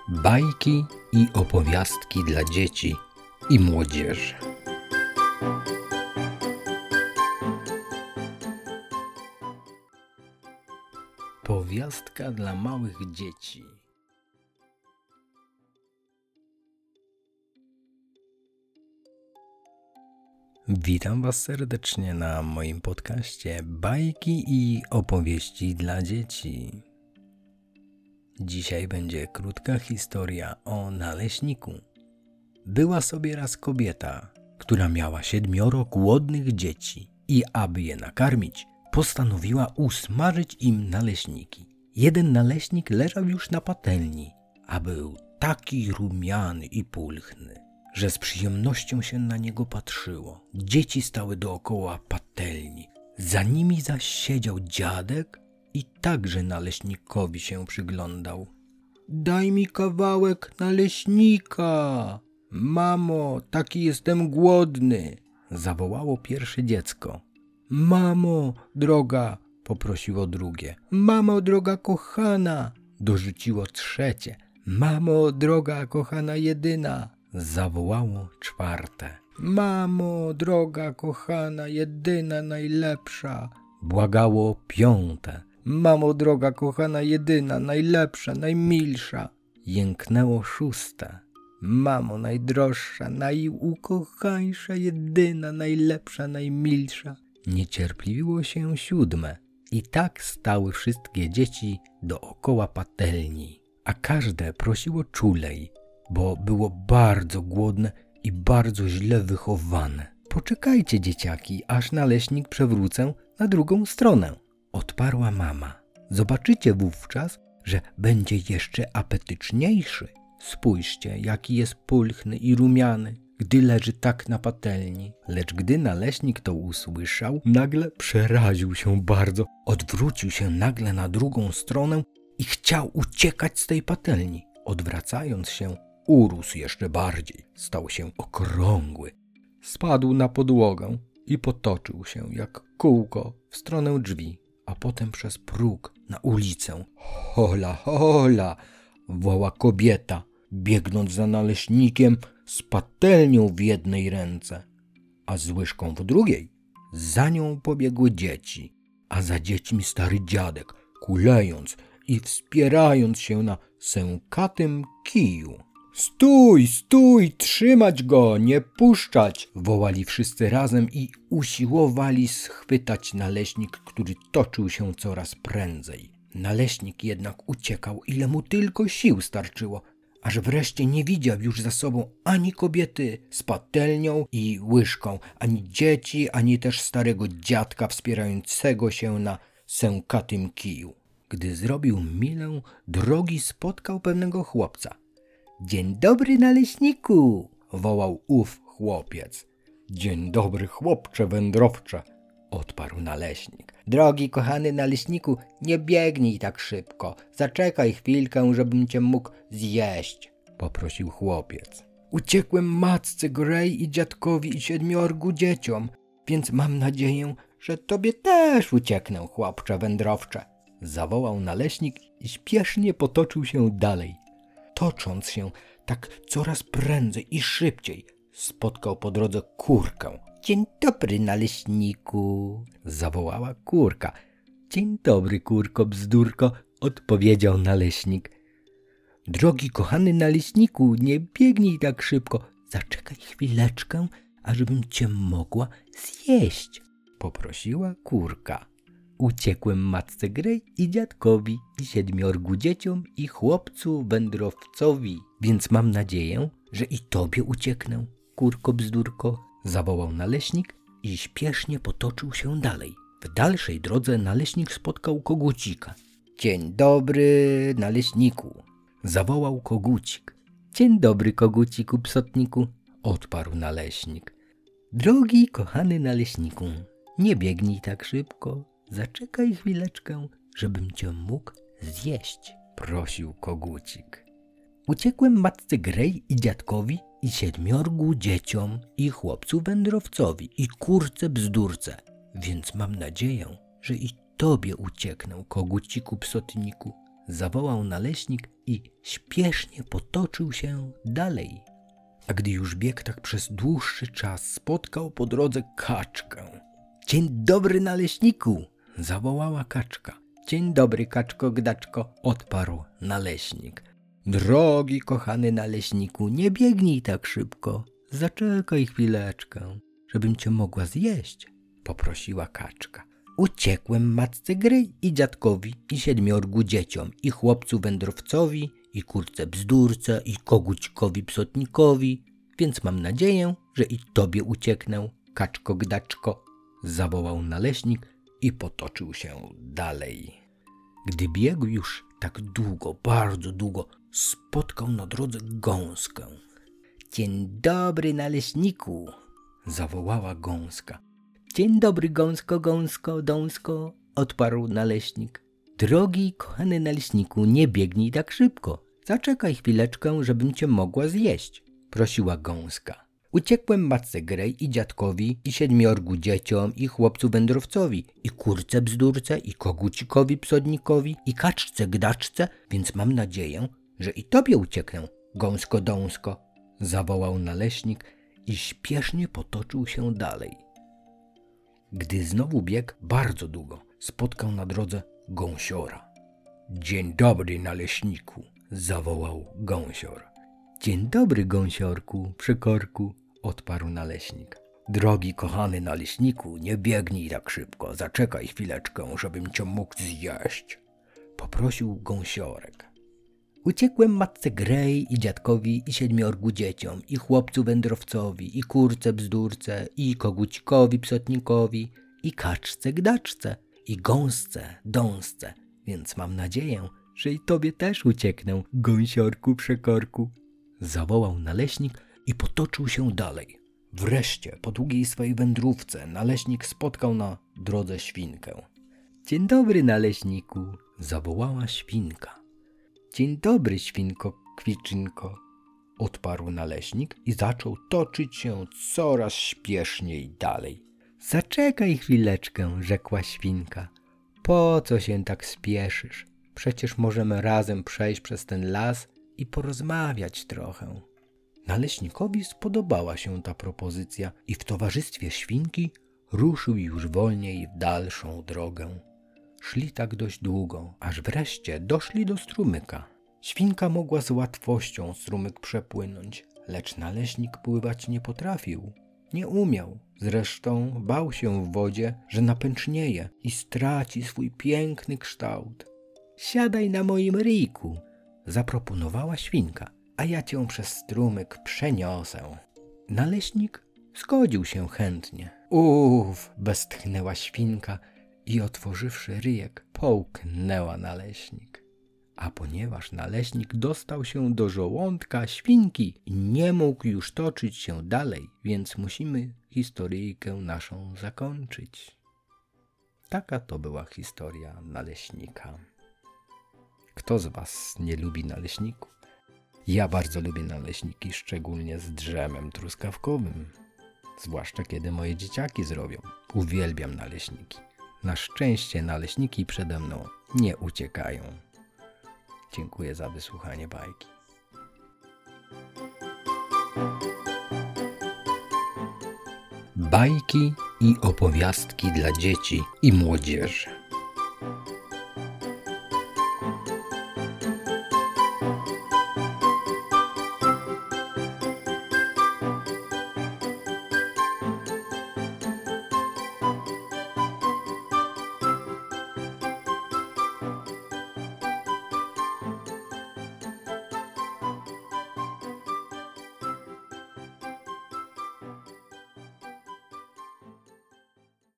Bajki i opowiastki dla dzieci i młodzieży. Opowiastka dla małych dzieci. Witam Was serdecznie na moim podcaście Bajki i opowieści dla dzieci. Dzisiaj będzie krótka historia o naleśniku. Była sobie raz kobieta, która miała 7 głodnych dzieci i aby je nakarmić, postanowiła usmażyć im naleśniki. Jeden naleśnik leżał już na patelni, a był taki rumiany i pulchny, że z przyjemnością się na niego patrzyło. Dzieci stały dookoła patelni, za nimi zaś siedział dziadek i także naleśnikowi się przyglądał. Daj mi kawałek naleśnika! Mamo, taki jestem głodny! Zawołało pierwsze dziecko. Mamo, droga! Poprosiło drugie. Mamo, droga kochana! Dorzuciło trzecie. Mamo, droga kochana jedyna! Zawołało czwarte. Mamo, droga kochana jedyna najlepsza! Błagało piąte. Mamo, droga kochana jedyna, najlepsza, najmilsza. Jęknęło szóste. Mamo, najdroższa, najukochańsza, jedyna, najlepsza, najmilsza. Niecierpliwiło się siódme. I tak stały wszystkie dzieci dookoła patelni, a każde prosiło czulej, bo było bardzo głodne i bardzo źle wychowane. Poczekajcie, dzieciaki, aż naleśnik przewrócę na drugą stronę, odparła mama. Zobaczycie wówczas, że będzie jeszcze apetyczniejszy. Spójrzcie, jaki jest pulchny i rumiany, gdy leży tak na patelni. Lecz gdy naleśnik to usłyszał, nagle przeraził się bardzo. Odwrócił się nagle na drugą stronę i chciał uciekać z tej patelni. Odwracając się, urósł jeszcze bardziej. Stał się okrągły. Spadł na podłogę i potoczył się jak kółko w stronę drzwi, a potem przez próg na ulicę. Hola, hola! Woła kobieta, biegnąc za naleśnikiem z patelnią w jednej ręce, a z łyżką w drugiej. Za nią pobiegły dzieci, a za dziećmi stary dziadek, kulejąc i wspierając się na sękatym kiju. Stój, stój, trzymać go, nie puszczać! Wołali wszyscy razem i usiłowali schwytać naleśnik, który toczył się coraz prędzej. Naleśnik jednak uciekał, ile mu tylko sił starczyło, aż wreszcie nie widział już za sobą ani kobiety z patelnią i łyżką, ani dzieci, ani też starego dziadka wspierającego się na sękatym kiju. Gdy zrobił milę, drogi spotkał pewnego chłopca. Dzień dobry, naleśniku! Wołał ów chłopiec. Dzień dobry, chłopcze wędrowcze! Odparł naleśnik. Drogi, kochany naleśniku, nie biegnij tak szybko. Zaczekaj chwilkę, żebym cię mógł zjeść, poprosił chłopiec. Uciekłem matce Grej i dziadkowi i 7 dzieciom, więc mam nadzieję, że tobie też ucieknę, chłopcze wędrowcze, zawołał naleśnik i śpiesznie potoczył się dalej. Tocząc się tak coraz prędzej i szybciej, spotkał po drodze kurkę. Dzień dobry, naleśniku, zawołała kurka. Dzień dobry, kurko bzdurko, odpowiedział naleśnik. Drogi kochany naleśniku, nie biegnij tak szybko, zaczekaj chwileczkę, ażebym cię mogła zjeść, poprosiła kurka. Uciekłem matce Grej i dziadkowi i 7 dzieciom i chłopcu wędrowcowi, więc mam nadzieję, że i tobie ucieknę, kurko bzdurko, zawołał naleśnik i śpiesznie potoczył się dalej. W dalszej drodze naleśnik spotkał kogucika. Dzień dobry, naleśniku, zawołał kogucik. Dzień dobry, koguciku psotniku, odparł naleśnik. Drogi, kochany naleśniku, nie biegnij tak szybko, zaczekaj chwileczkę, żebym cię mógł zjeść, prosił kogucik. Uciekłem matce Grej i dziadkowi i 7 dzieciom i chłopcu wędrowcowi i kurce bzdurce, więc mam nadzieję, że i tobie ucieknę, koguciku psotniku, zawołał naleśnik i śpiesznie potoczył się dalej. A gdy już biegł tak przez dłuższy czas, spotkał po drodze kaczkę. Dzień dobry, naleśniku, zawołała kaczka. Dzień dobry, kaczko gdaczko, odparł naleśnik. Drogi, kochany naleśniku, nie biegnij tak szybko. Zaczekaj chwileczkę, żebym cię mogła zjeść, poprosiła kaczka. Uciekłem matce Grej i dziadkowi, i 7 dzieciom, i chłopcu wędrowcowi, i kurce bzdurce, i kogucikowi psotnikowi, więc mam nadzieję, że i tobie ucieknę, kaczko gdaczko, zawołał naleśnik i potoczył się dalej. Gdy biegł już tak długo, bardzo długo, spotkał na drodze gąskę. Dzień dobry, naleśniku, zawołała gąska. Dzień dobry, gąsko, gąsko, dąsko, odparł naleśnik. Drogi, kochany naleśniku, nie biegnij tak szybko. Zaczekaj chwileczkę, żebym cię mogła zjeść, prosiła gąska. Uciekłem matce Grej i dziadkowi, i 7 dzieciom, i chłopcu wędrowcowi, i kurce bzdurce, i kogucikowi psodnikowi, i kaczce gdaczce, więc mam nadzieję, że i tobie ucieknę, gąsko dąsko, zawołał naleśnik i śpiesznie potoczył się dalej. Gdy znowu biegł bardzo długo, spotkał na drodze gąsiora. Dzień dobry, naleśniku, zawołał gąsior. Dzień dobry, gąsiorku, przykorku, odparł naleśnik. Drogi, kochany naleśniku, nie biegnij tak szybko, zaczekaj chwileczkę, żebym cię mógł zjeść, poprosił gąsiorek. Uciekłem matce Grej i dziadkowi, i 7 dzieciom, i chłopcu wędrowcowi, i kurce bzdurce, i kogucikowi psotnikowi, i kaczce gdaczce, i gąsce dąsce, więc mam nadzieję, że i tobie też ucieknę, gąsiorku przekorku, zawołał naleśnik i potoczył się dalej. Wreszcie, po długiej swojej wędrówce, naleśnik spotkał na drodze świnkę. Dzień dobry, naleśniku, zawołała świnka. Dzień dobry, świnko kwiczynko, odparł naleśnik i zaczął toczyć się coraz śpieszniej dalej. Zaczekaj chwileczkę, rzekła świnka. Po co się tak spieszysz? Przecież możemy razem przejść przez ten las i porozmawiać trochę. Naleśnikowi spodobała się ta propozycja i w towarzystwie świnki ruszył już wolniej w dalszą drogę. Szli tak dość długo, aż wreszcie doszli do strumyka. Świnka mogła z łatwością strumyk przepłynąć, lecz naleśnik pływać nie potrafił. Nie umiał. Zresztą bał się w wodzie, że napęcznieje i straci swój piękny kształt. Siadaj na moim ryjku, zaproponowała świnka, a ja cię przez strumyk przeniosę. Naleśnik zgodził się chętnie. Westchnęła świnka i otworzywszy ryjek, połknęła naleśnik. A ponieważ naleśnik dostał się do żołądka świnki i nie mógł już toczyć się dalej, więc musimy historyjkę naszą zakończyć. Taka to była historia naleśnika. Kto z was nie lubi naleśników? Ja bardzo lubię naleśniki, szczególnie z drzemem truskawkowym. Zwłaszcza kiedy moje dzieciaki zrobią. Uwielbiam naleśniki. Na szczęście naleśniki przede mną nie uciekają. Dziękuję za wysłuchanie bajki. Bajki i opowiastki dla dzieci i młodzieży.